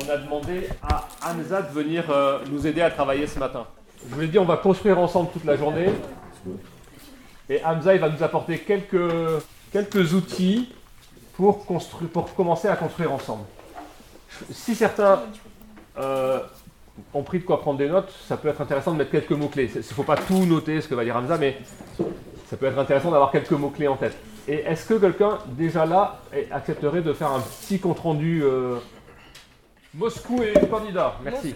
on a demandé à Hamza de venir nous aider à travailler ce matin. Je vous l'ai dit, on va construire ensemble toute la journée. Et Hamza, il va nous apporter quelques outils pour commencer à construire ensemble. Si certains ont pris de quoi prendre des notes, ça peut être intéressant de mettre quelques mots-clés. Il ne faut pas tout noter ce que va dire Hamza, mais ça peut être intéressant d'avoir quelques mots-clés en tête. Et est-ce que quelqu'un, déjà là, accepterait de faire un petit compte-rendu Moscou et candidat, merci.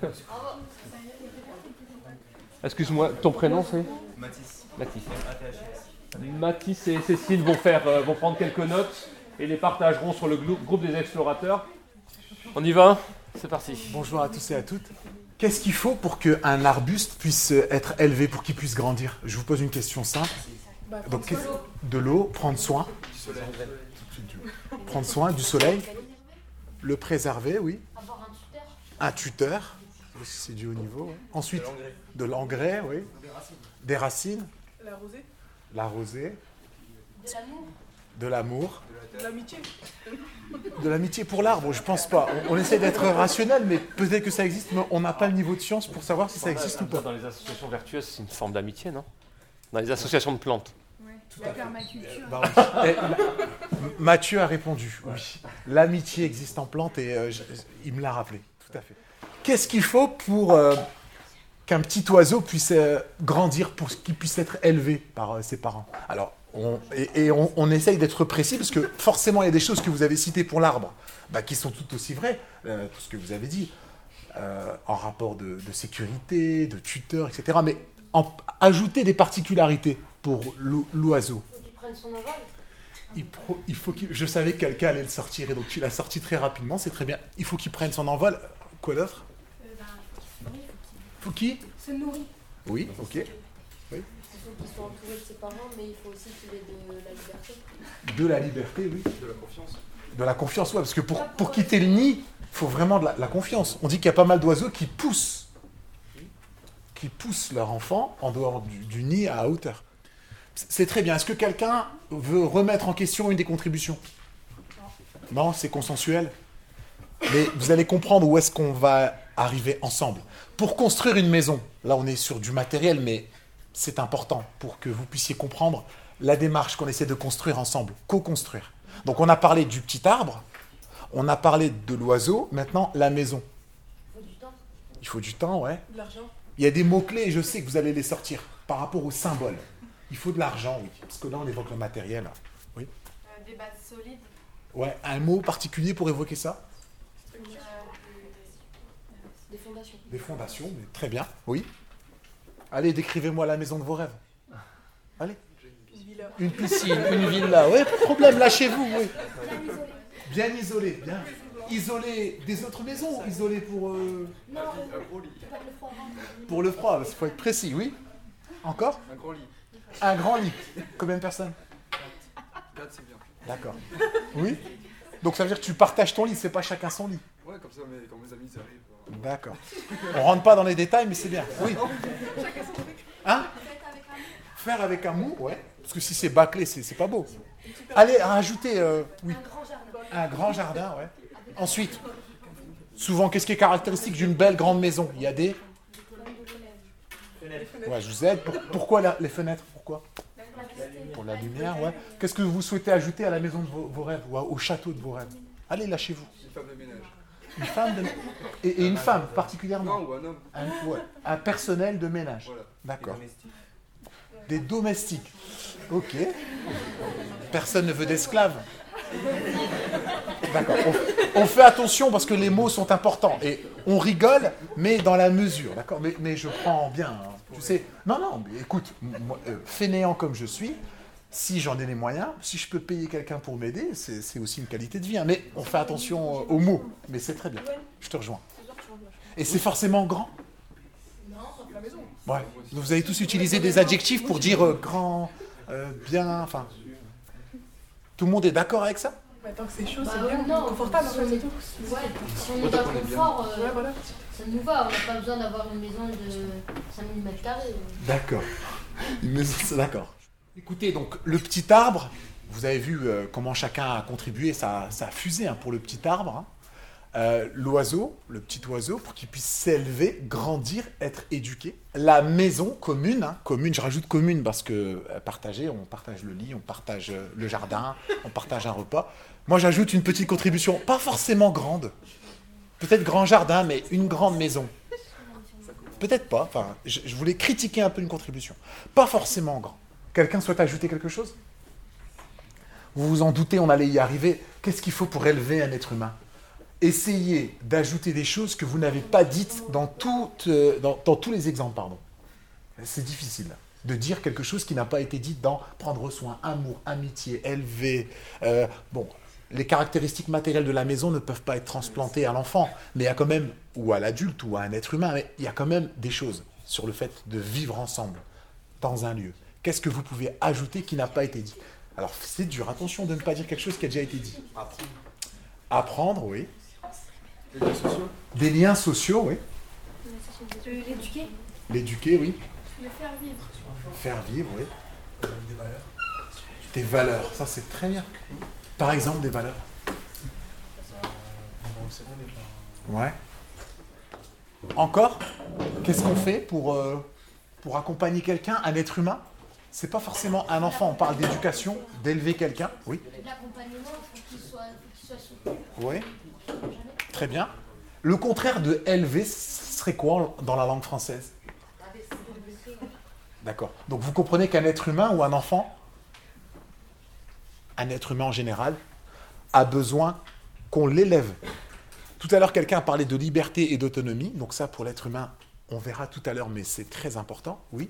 Excuse-moi, ton prénom c'est Mathis. Mathis et Cécile vont prendre quelques notes et les partageront sur le groupe des explorateurs. On y va? C'est parti. Bonjour à tous et à toutes. Qu'est-ce qu'il faut pour qu'un arbuste puisse être élevé, pour qu'il puisse grandir? Je vous pose une question simple. Donc, de l'eau, prendre soin. Du soleil. Prendre soin du soleil. Le préserver, oui. Avoir Un tuteur. C'est du haut niveau. Ouais. Ensuite, de l'engrais, oui. Des racines. L'arroser. De l'amour. De l'amitié. De l'amitié pour l'arbre, je pense pas. On essaie d'être rationnel, mais peut-être que ça existe, mais on n'a pas le niveau de science pour savoir si ça existe ou pas. Dans les associations vertueuses, c'est une forme d'amitié, non? Dans les associations de plantes. La permaculture. Bah oui. Mathieu a répondu, oui. L'amitié existe en plante et il me l'a rappelé, tout à fait. Qu'est-ce qu'il faut pour qu'un petit oiseau puisse grandir, pour qu'il puisse être élevé par ses parents? Alors, on essaye d'être précis, parce que forcément, il y a des choses que vous avez citées pour l'arbre, qui sont tout aussi vraies, tout ce que vous avez dit, en rapport de sécurité, de tuteur, etc. Mais ajouter des particularités pour l'oiseau. Il faut qu'il prenne son envol. Il faut qu'il... Je savais que quelqu'un allait le sortir, et donc tu l'as sorti très rapidement, c'est très bien. Il faut qu'il prenne son envol. Quoi d'autre? Faut qu'il se nourrit. Oui, ok. Oui. Il faut qu'il soit entouré de ses parents, mais il faut aussi qu'il ait de la liberté. De la liberté, oui. De la confiance. De la confiance, ouais, parce que pour quitter le nid, il faut vraiment de la confiance. On dit qu'il y a pas mal d'oiseaux qui poussent leur enfant en dehors du nid à hauteur. C'est très bien. Est-ce que quelqu'un veut remettre en question une des contributions? Non, c'est consensuel. Mais vous allez comprendre où est-ce qu'on va arriver ensemble. Pour construire une maison, là on est sur du matériel, mais c'est important pour que vous puissiez comprendre la démarche qu'on essaie de construire ensemble, co-construire. Donc on a parlé du petit arbre, on a parlé de l'oiseau, maintenant la maison. Il faut du temps. Il faut du temps, ouais. De l'argent. Il y a des mots-clés, et je sais que vous allez les sortir par rapport aux symboles. Il faut de l'argent, oui, parce que là on évoque le matériel. Oui. Des bases solides. Ouais, un mot particulier pour évoquer ça? Des fondations. Des fondations, mais très bien, oui. Allez, décrivez-moi la maison de vos rêves. Allez. Une piscine, une villa, ouais, pas de problème, lâchez-vous, oui. Bien isolé, bien. Isolé des autres maisons, isolé pour... Non, pas le froid. Pour le froid, il faut être précis, oui. Encore? Un grand lit. Un grand lit. Combien de personnes? 4, c'est bien. D'accord. Oui. Donc ça veut dire que tu partages ton lit, c'est pas chacun son lit. Ouais, comme ça, quand mes amis arrivent. D'accord. On rentre pas dans les détails, mais c'est bien. Oui. Hein? Faire avec un mou, ouais. Parce que si c'est bâclé, c'est pas beau. Allez, rajouter, oui. Un grand jardin. Un grand jardin, ouais. Ensuite, souvent, qu'est-ce qui est caractéristique d'une belle grande maison? Il y a des... Ouais, je vous aide. Pourquoi les fenêtres? Pourquoi? Pour la lumière, ouais. Qu'est-ce que vous souhaitez ajouter à la maison de vos rêves ou au château de vos rêves? Allez, lâchez-vous. Une femme de ménage. Une femme de... et une femme, particulièrement? Non, ou un homme. Un personnel de ménage. Voilà. D'accord. Des domestiques. Ok. Personne ne veut d'esclaves. D'accord. On fait attention parce que les mots sont importants. Et on rigole, mais dans la mesure. D'accord. Mais je prends bien. Hein. Tu sais. Non, mais écoute, moi, fainéant comme je suis, si j'en ai les moyens, si je peux payer quelqu'un pour m'aider, c'est aussi une qualité de vie. Hein. Mais on fait attention aux mots. Mais c'est très bien. Je te rejoins. Et c'est forcément grand? La maison. Ouais. Vous avez tous utilisé des adjectifs pour dire grand, bien, enfin... Tout le monde est d'accord avec ça? Tant que c'est chaud, Bah c'est ouais, bien. non, Confortable, en si fait, on c'est est- tout. Ouais, si on est dans le confort, Ouais, voilà. ça nous va. On n'a pas besoin d'avoir une maison de 5000 mètres carrés. D'accord. D'accord. Écoutez, donc, le petit arbre, vous avez vu comment chacun a contribué, ça a fusé hein, pour le petit arbre. Hein. L'oiseau, le petit oiseau, pour qu'il puisse s'élever, grandir, être éduqué. La maison commune, commune, je rajoute commune parce que partager, on partage le lit, on partage le jardin, on partage un repas. Moi, j'ajoute une petite contribution, pas forcément grande. Peut-être grand jardin, mais une grande maison. Peut-être pas. Enfin, je voulais critiquer un peu une contribution. Pas forcément grand. Quelqu'un souhaite ajouter quelque chose ? Vous vous en doutez, on allait y arriver. Qu'est-ce qu'il faut pour élever un être humain ? Essayez d'ajouter des choses que vous n'avez pas dites dans tous les exemples. Pardon. C'est difficile de dire quelque chose qui n'a pas été dit dans prendre soin, amour, amitié, élever. Les caractéristiques matérielles de la maison ne peuvent pas être transplantées à l'enfant, mais il y a quand même, ou à l'adulte, ou à un être humain, mais il y a quand même des choses sur le fait de vivre ensemble dans un lieu. Qu'est-ce que vous pouvez ajouter qui n'a pas été dit ? Alors, c'est dur. Attention de ne pas dire quelque chose qui a déjà été dit. Apprendre, oui. Les liens sociaux. Des liens sociaux, oui. L'éduquer. L'éduquer, oui. Le faire vivre. Faire vivre, oui. Des valeurs, ça c'est très bien. Par exemple, des valeurs. Ouais. Encore ? Qu'est-ce qu'on fait pour accompagner quelqu'un, un être humain ? C'est pas forcément un enfant, on parle d'éducation, d'élever quelqu'un. Oui. L'accompagnement, il faut qu'il soit soutenu. Oui. Très bien. Le contraire de élever serait quoi dans la langue française ? D'accord. Donc vous comprenez qu'un être humain ou un enfant, un être humain en général, a besoin qu'on l'élève. Tout à l'heure, quelqu'un a parlé de liberté et d'autonomie. Donc ça, pour l'être humain, on verra tout à l'heure, mais c'est très important. Oui.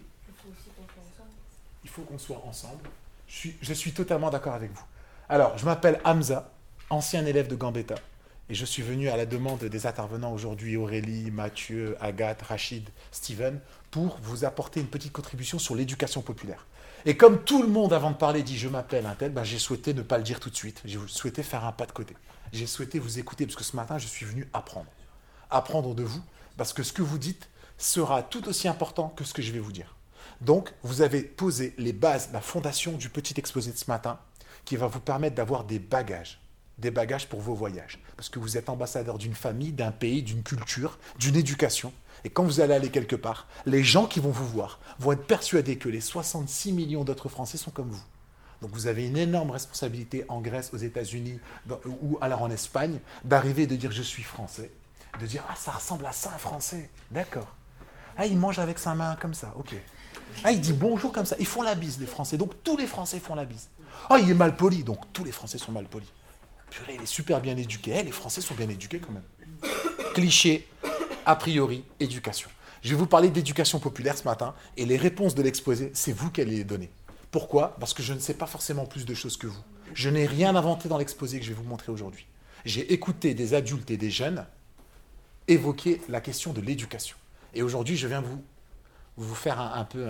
Il faut qu'on soit ensemble. Je suis totalement d'accord avec vous. Alors, je m'appelle Hamza, ancien élève de Gambetta, et je suis venu à la demande des intervenants aujourd'hui, Aurélie, Mathieu, Agathe, Rachid, Steven, pour vous apporter une petite contribution sur l'éducation populaire. Et comme tout le monde, avant de parler, dit « je m'appelle un tel », j'ai souhaité ne pas le dire tout de suite. J'ai souhaité faire un pas de côté. J'ai souhaité vous écouter, parce que ce matin, je suis venu apprendre. Apprendre de vous, parce que ce que vous dites sera tout aussi important que ce que je vais vous dire. Donc, vous avez posé les bases, la fondation du petit exposé de ce matin, qui va vous permettre d'avoir des bagages pour vos voyages. Parce que vous êtes ambassadeur d'une famille, d'un pays, d'une culture, d'une éducation. Et quand vous allez aller quelque part, les gens qui vont vous voir vont être persuadés que les 66 millions d'autres Français sont comme vous. Donc vous avez une énorme responsabilité en Grèce, aux États-Unis ou alors en Espagne, d'arriver et de dire « je suis français », de dire « ah, ça ressemble à ça un Français, d'accord. Ah, il mange avec sa main comme ça, ok. Ah, il dit bonjour comme ça. Ils font la bise, les Français. Donc, tous les Français font la bise. Ah, il est mal poli. Donc, tous les Français sont mal polis. Purée, il est super bien éduqué. Les Français sont bien éduqués quand même. Cliché, a priori, éducation. Je vais vous parler d'éducation populaire ce matin. Et les réponses de l'exposé, c'est vous qui allez les donner. Pourquoi ? Parce que je ne sais pas forcément plus de choses que vous. Je n'ai rien inventé dans l'exposé que je vais vous montrer aujourd'hui. J'ai écouté des adultes et des jeunes évoquer la question de l'éducation. Et aujourd'hui, je viens vous faire un peu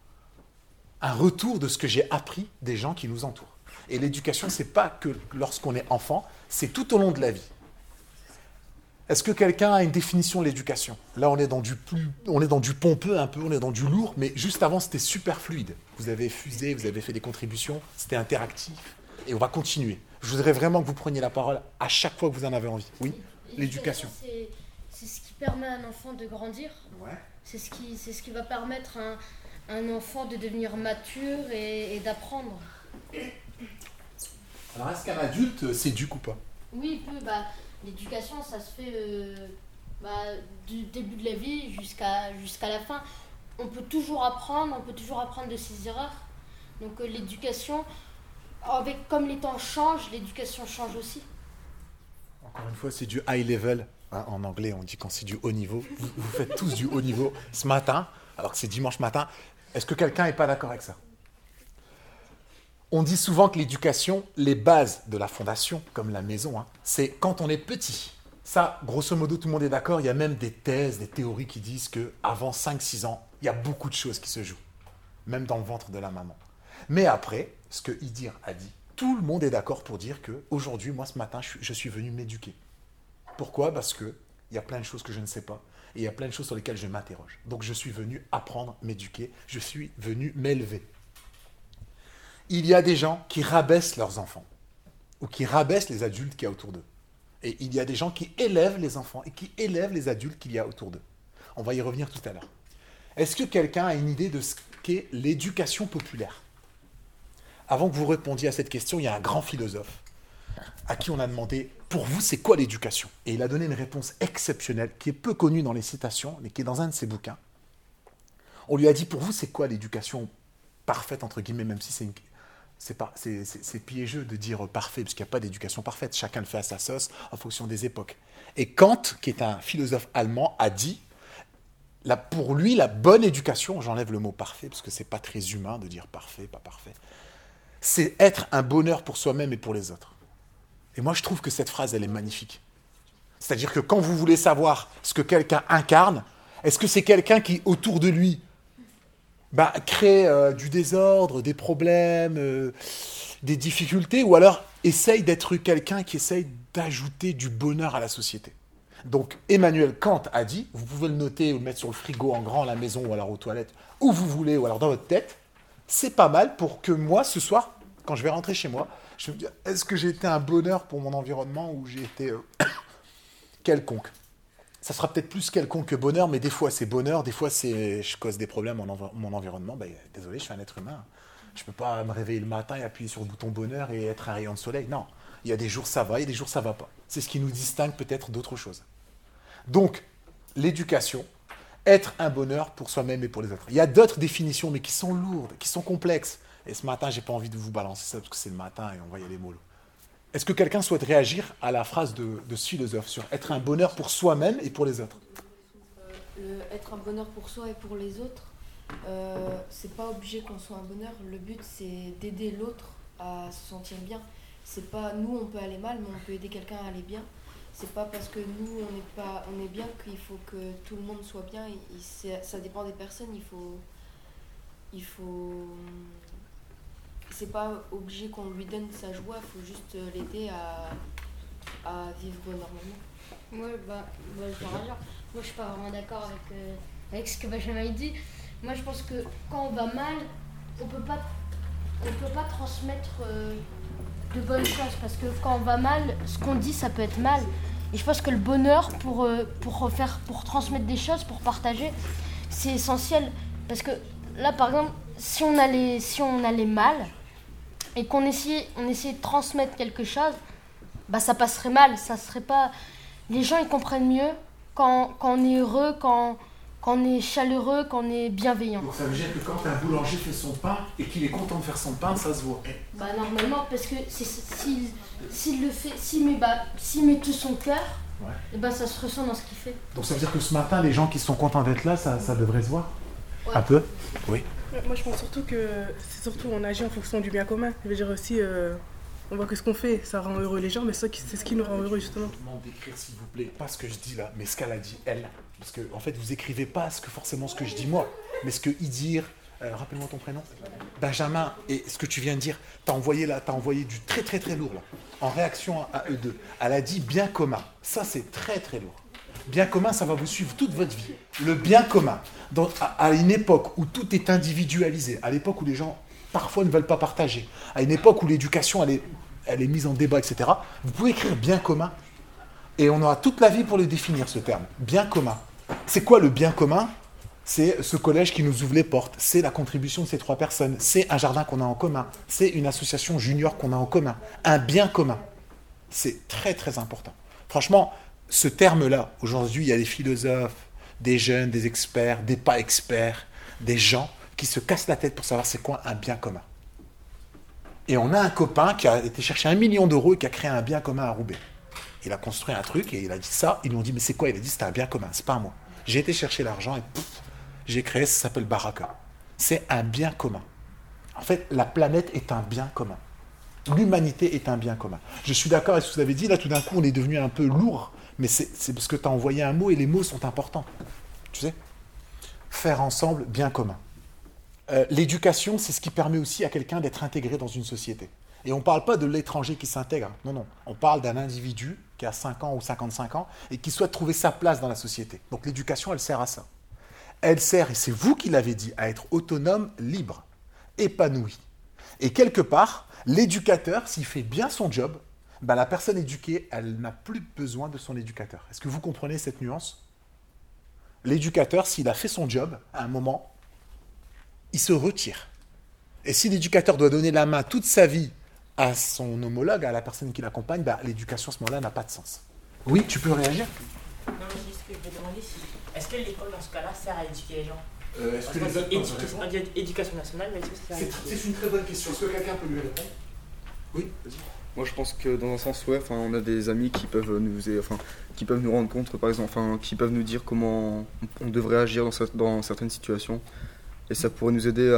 un retour de ce que j'ai appris des gens qui nous entourent. Et l'éducation, ce n'est pas que lorsqu'on est enfant, c'est tout au long de la vie. Est-ce que quelqu'un a une définition de l'éducation ? Là, on est dans du pompeux un peu, on est dans du lourd, mais juste avant, c'était super fluide. Vous avez fusé, vous avez fait des contributions, c'était interactif, et on va continuer. Je voudrais vraiment que vous preniez la parole à chaque fois que vous en avez envie. Oui ? L'éducation. C'est ce qui permet à un enfant de grandir. Ouais. C'est ce qui va permettre à un enfant de devenir mature et d'apprendre. Alors, est-ce qu'un adulte s'éduque ou pas ? Oui, il peut. L'éducation, ça se fait du début de la vie jusqu'à la fin. On peut toujours apprendre de ses erreurs. Donc l'éducation, comme les temps changent, l'éducation change aussi. Encore une fois, c'est du high level. En anglais, on dit quand c'est du haut niveau. Vous faites tous du haut niveau ce matin, alors que c'est dimanche matin. Est-ce que quelqu'un n'est pas d'accord avec ça ? On dit souvent que l'éducation, les bases de la fondation, comme la maison, c'est quand on est petit. Ça, grosso modo, tout le monde est d'accord. Il y a même des thèses, des théories qui disent qu'avant 5-6 ans, il y a beaucoup de choses qui se jouent, même dans le ventre de la maman. Mais après, ce que Idir a dit, tout le monde est d'accord pour dire qu'aujourd'hui, moi, ce matin, je suis venu m'éduquer. Pourquoi ? Parce qu'il y a plein de choses que je ne sais pas et il y a plein de choses sur lesquelles je m'interroge. Donc je suis venu apprendre, m'éduquer, je suis venu m'élever. Il y a des gens qui rabaissent leurs enfants ou qui rabaissent les adultes qu'il y a autour d'eux. Et il y a des gens qui élèvent les enfants et qui élèvent les adultes qu'il y a autour d'eux. On va y revenir tout à l'heure. Est-ce que quelqu'un a une idée de ce qu'est l'éducation populaire? Avant que vous répondiez à cette question, il y a un grand philosophe à qui on a demandé « Pour vous, c'est quoi l'éducation ?» Et il a donné une réponse exceptionnelle qui est peu connue dans les citations, mais qui est dans un de ses bouquins. On lui a dit « Pour vous, c'est quoi l'éducation parfaite ?» entre guillemets, même si c'est piégeux de dire parfait, parce qu'il n'y a pas d'éducation parfaite. Chacun le fait à sa sauce, en fonction des époques. Et Kant, qui est un philosophe allemand, a dit, pour lui, la bonne éducation, j'enlève le mot parfait, parce que c'est pas très humain de dire parfait, pas parfait, c'est être un bonheur pour soi-même et pour les autres. Et moi, je trouve que cette phrase, elle est magnifique. C'est-à-dire que quand vous voulez savoir ce que quelqu'un incarne, est-ce que c'est quelqu'un qui, autour de lui, crée du désordre, des problèmes, des difficultés, ou alors essaye d'être quelqu'un qui essaye d'ajouter du bonheur à la société. Donc Emmanuel Kant a dit, vous pouvez le noter ou le mettre sur le frigo en grand à la maison ou alors aux toilettes, où vous voulez, ou alors dans votre tête, c'est pas mal pour que moi, ce soir, quand je vais rentrer chez moi, je me dis, est-ce que j'ai été un bonheur pour mon environnement ou j'ai été quelconque? Ça sera peut-être plus quelconque que bonheur, mais des fois c'est bonheur, des fois c'est je cause des problèmes à mon environnement. Désolé, je suis un être humain. Je ne peux pas me réveiller le matin et appuyer sur le bouton bonheur et être un rayon de soleil. Non, il y a des jours ça va, il y a des jours ça va pas. C'est ce qui nous distingue peut-être d'autres choses. Donc, l'éducation, être un bonheur pour soi-même et pour les autres. Il y a d'autres définitions, mais qui sont lourdes, qui sont complexes. Et ce matin, j'ai pas envie de vous balancer ça, parce que c'est le matin et on va y aller mollo. Est-ce que quelqu'un souhaite réagir à la phrase de ce philosophe sur être un bonheur pour soi-même et pour les autres? Être un bonheur pour soi et pour les autres, c'est pas obligé qu'on soit un bonheur. Le but, c'est d'aider l'autre à se sentir bien. C'est pas nous, on peut aller mal, mais on peut aider quelqu'un à aller bien. C'est pas parce que nous, on est bien qu'il faut que tout le monde soit bien. Ça dépend des personnes. C'est pas obligé qu'on lui donne sa joie, il faut juste l'aider à vivre normalement. Moi, je vais réagir. Moi, je suis pas vraiment d'accord avec ce que Benjamin dit. Moi, je pense que quand on va mal, on peut pas transmettre de bonnes choses, parce que quand on va mal, ce qu'on dit, ça peut être mal. Et je pense que le bonheur, pour transmettre des choses, pour partager, c'est essentiel. Parce que là, par exemple, si on allait mal et qu'on essayait de transmettre quelque chose, ça passerait mal. Ça serait pas. Les gens, ils comprennent mieux quand on est heureux, quand on est chaleureux, quand on est bienveillant. Donc ça veut dire que quand un boulanger fait son pain et qu'il est content de faire son pain, ça se voit. Normalement, parce que s'il le fait, s'il met tout son cœur, ouais. Ça se ressent dans ce qu'il fait. Donc ça veut dire que ce matin, les gens qui sont contents d'être là, ça devrait se voir. Ouais. Un peu. Oui. Moi, je pense surtout que c'est surtout on agit en fonction du bien commun. Je veux dire aussi, on voit que ce qu'on fait, ça rend heureux les gens, mais c'est ce qui nous rend heureux justement. Je demande d'écrire s'il vous plaît, pas ce que je dis là, mais ce qu'elle a dit elle. Parce que en fait, vous écrivez pas forcément ce que je dis moi, mais ce que Idir, rappelle-moi ton prénom, Benjamin, et ce que tu viens de dire, t'as envoyé du très très très lourd là, en réaction à eux deux. Elle a dit bien commun. Ça c'est très très lourd. Bien commun, ça va vous suivre toute votre vie. Le bien commun, à une époque où tout est individualisé, à l'époque où les gens parfois ne veulent pas partager, à une époque où l'éducation elle est mise en débat, etc. Vous pouvez écrire bien commun, et on aura toute la vie pour le définir, ce terme. Bien commun. C'est quoi le bien commun? C'est ce collège qui nous ouvre les portes, c'est la contribution de ces 3 personnes, c'est un jardin qu'on a en commun, c'est une association junior qu'on a en commun. Un bien commun. C'est très très important. Franchement, ce terme-là, aujourd'hui, il y a des philosophes, des jeunes, des experts, des pas experts, des gens qui se cassent la tête pour savoir c'est quoi un bien commun. Et on a un copain qui a été chercher 1 million d'euros et qui a créé un bien commun à Roubaix. Il a construit un truc et il a dit ça. Ils lui ont dit mais c'est quoi? Il a dit c'est un bien commun, c'est pas à moi. J'ai été chercher l'argent et j'ai créé, ça s'appelle Baraka. C'est un bien commun. En fait, la planète est un bien commun. L'humanité est un bien commun. Je suis d'accord avec ce que vous avez dit. Là, tout d'un coup, on est devenu un peu lourd. Mais c'est parce que tu as envoyé un mot et les mots sont importants. Tu sais? Faire ensemble, bien commun. L'éducation, c'est ce qui permet aussi à quelqu'un d'être intégré dans une société. Et on ne parle pas de l'étranger qui s'intègre. Non, non. On parle d'un individu qui a 5 ans ou 55 ans et qui souhaite trouver sa place dans la société. Donc l'éducation, elle sert à ça. Elle sert, et c'est vous qui l'avez dit, à être autonome, libre, épanoui. Et quelque part, l'éducateur, s'il fait bien son job, ben, la personne éduquée, elle n'a plus besoin de son éducateur. Est-ce que vous comprenez cette nuance? L'éducateur, s'il a fait son job, à un moment, il se retire. Et si l'éducateur doit donner la main toute sa vie à son homologue, à la personne qui l'accompagne, ben, l'éducation à ce moment-là n'a pas de sens. Oui, tu peux réagir? Non, mais c'est ce que je vais demander, est-ce que l'école, dans ce cas-là, sert à éduquer les gens? Est-ce que les autres peuvent répondre? Éducation nationale, mais est-ce que ça sert à éduquer? C'est une très bonne question. Est-ce que quelqu'un peut lui répondre? Oui, vas-y. Moi, je pense que dans un sens, ouais, on a des amis qui peuvent qui peuvent nous rendre compte, par exemple, qui peuvent nous dire comment on devrait agir dans certaines situations. Et ça pourrait nous aider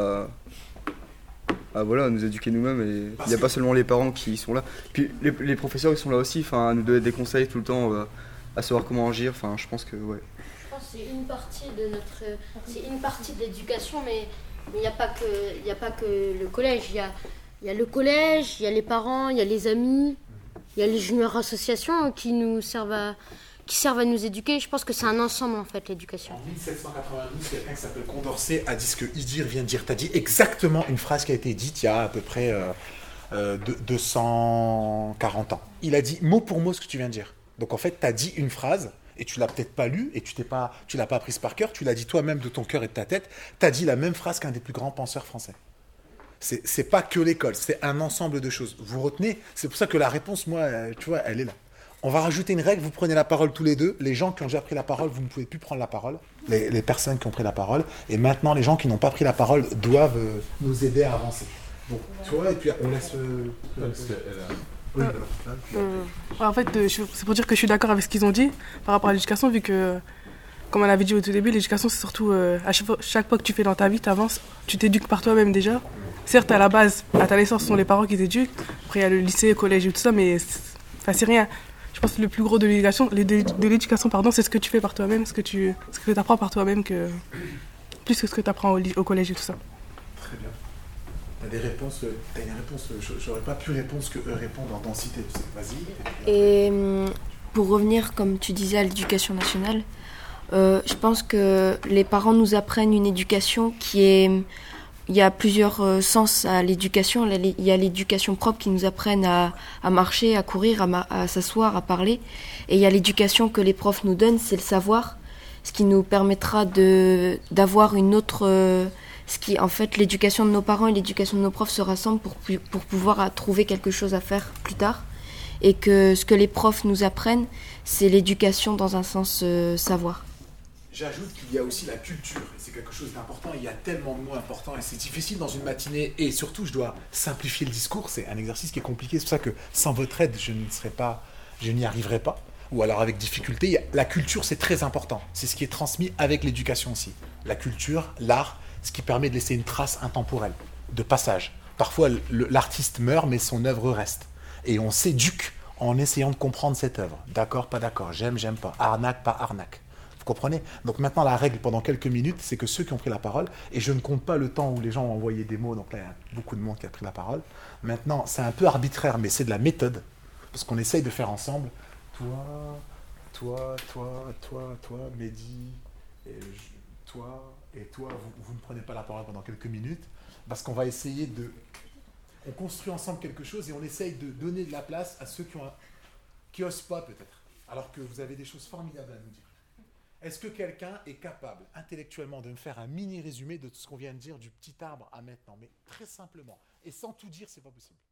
à nous éduquer nous-mêmes. Et il n'y a pas seulement les parents qui sont là. Puis les professeurs, ils sont là aussi, à nous donner des conseils tout le temps, à savoir comment agir. Je pense que, ouais. Je pense que c'est une partie de l'éducation, mais il n'y a pas que le collège. Il y a le collège, il y a les parents, il y a les amis, il y a les juniors associations qui servent à nous éduquer. Je pense que c'est un ensemble, en fait, l'éducation. En 1792, quelqu'un qui s'appelle Condorcet a dit ce que Idir vient de dire. Tu as dit exactement une phrase qui a été dite il y a à peu près 240 ans. Il a dit mot pour mot ce que tu viens de dire. Donc en fait, tu as dit une phrase et tu l'as peut-être pas lue et tu l'as pas apprise par cœur. Tu l'as dit toi-même de ton cœur et de ta tête. Tu as dit la même phrase qu'un des plus grands penseurs français. C'est pas que l'école, c'est un ensemble de choses. Vous retenez? C'est pour ça que la réponse, moi, tu vois, elle est là. On va rajouter une règle, vous prenez la parole tous les deux. Les gens qui ont déjà pris la parole, vous ne pouvez plus prendre la parole. Les personnes qui ont pris la parole. Et maintenant, les gens qui n'ont pas pris la parole doivent nous aider à avancer. Bon, tu vois, et puis on laisse... En fait, c'est pour dire que je suis d'accord avec ce qu'ils ont dit par rapport à l'éducation, vu que, comme on avait dit au tout début, l'éducation, c'est surtout à chaque pas que tu fais dans ta vie, tu avances, tu t'éduques par toi-même déjà. Certes, à la base, à ta naissance, ce sont les parents qui t'éduquent. Après, il y a le lycée, le collège et tout ça, mais c'est rien. Je pense que le plus gros de l'éducation, c'est ce que tu fais par toi-même, ce que tu apprends par toi-même, plus que ce que tu apprends au collège et tout ça. Très bien. T'as une réponse, j'aurais pas pu répondre ce que eux répondent en densité. Vas-y. Et pour revenir, comme tu disais, à l'éducation nationale, je pense que les parents nous apprennent une éducation qui est... Il y a plusieurs sens à l'éducation. Il y a l'éducation propre qui nous apprenne à marcher, à courir, à s'asseoir, à parler. Et il y a l'éducation que les profs nous donnent, c'est le savoir, ce qui nous permettra d'avoir une autre... en fait, l'éducation de nos parents et l'éducation de nos profs se rassemblent pour pouvoir trouver quelque chose à faire plus tard. Et que ce que les profs nous apprennent, c'est l'éducation dans un sens savoir. J'ajoute qu'il y a aussi la culture, et c'est quelque chose d'important, il y a tellement de mots importants, et c'est difficile dans une matinée, et surtout je dois simplifier le discours, c'est un exercice qui est compliqué, c'est pour ça que sans votre aide, je n'y arriverai pas, ou alors avec difficulté. La culture, c'est très important, c'est ce qui est transmis avec l'éducation aussi. La culture, l'art, ce qui permet de laisser une trace intemporelle, de passage. Parfois, l'artiste meurt, mais son œuvre reste, et on s'éduque en essayant de comprendre cette œuvre. D'accord, pas d'accord, j'aime pas, arnaque, pas arnaque. Vous comprenez? Donc maintenant, la règle pendant quelques minutes, c'est que ceux qui ont pris la parole, et je ne compte pas le temps où les gens ont envoyé des mots, donc là, il y a beaucoup de monde qui a pris la parole. Maintenant, c'est un peu arbitraire, mais c'est de la méthode, parce qu'on essaye de faire ensemble. Toi, Mehdi, toi, vous ne prenez pas la parole pendant quelques minutes, parce qu'on va essayer on construit ensemble quelque chose, et on essaye de donner de la place à ceux qui osent pas peut-être, alors que vous avez des choses formidables à nous dire. Est-ce que quelqu'un est capable intellectuellement de me faire un mini résumé de ce qu'on vient de dire du petit arbre à maintenant, mais très simplement, et sans tout dire, c'est pas possible.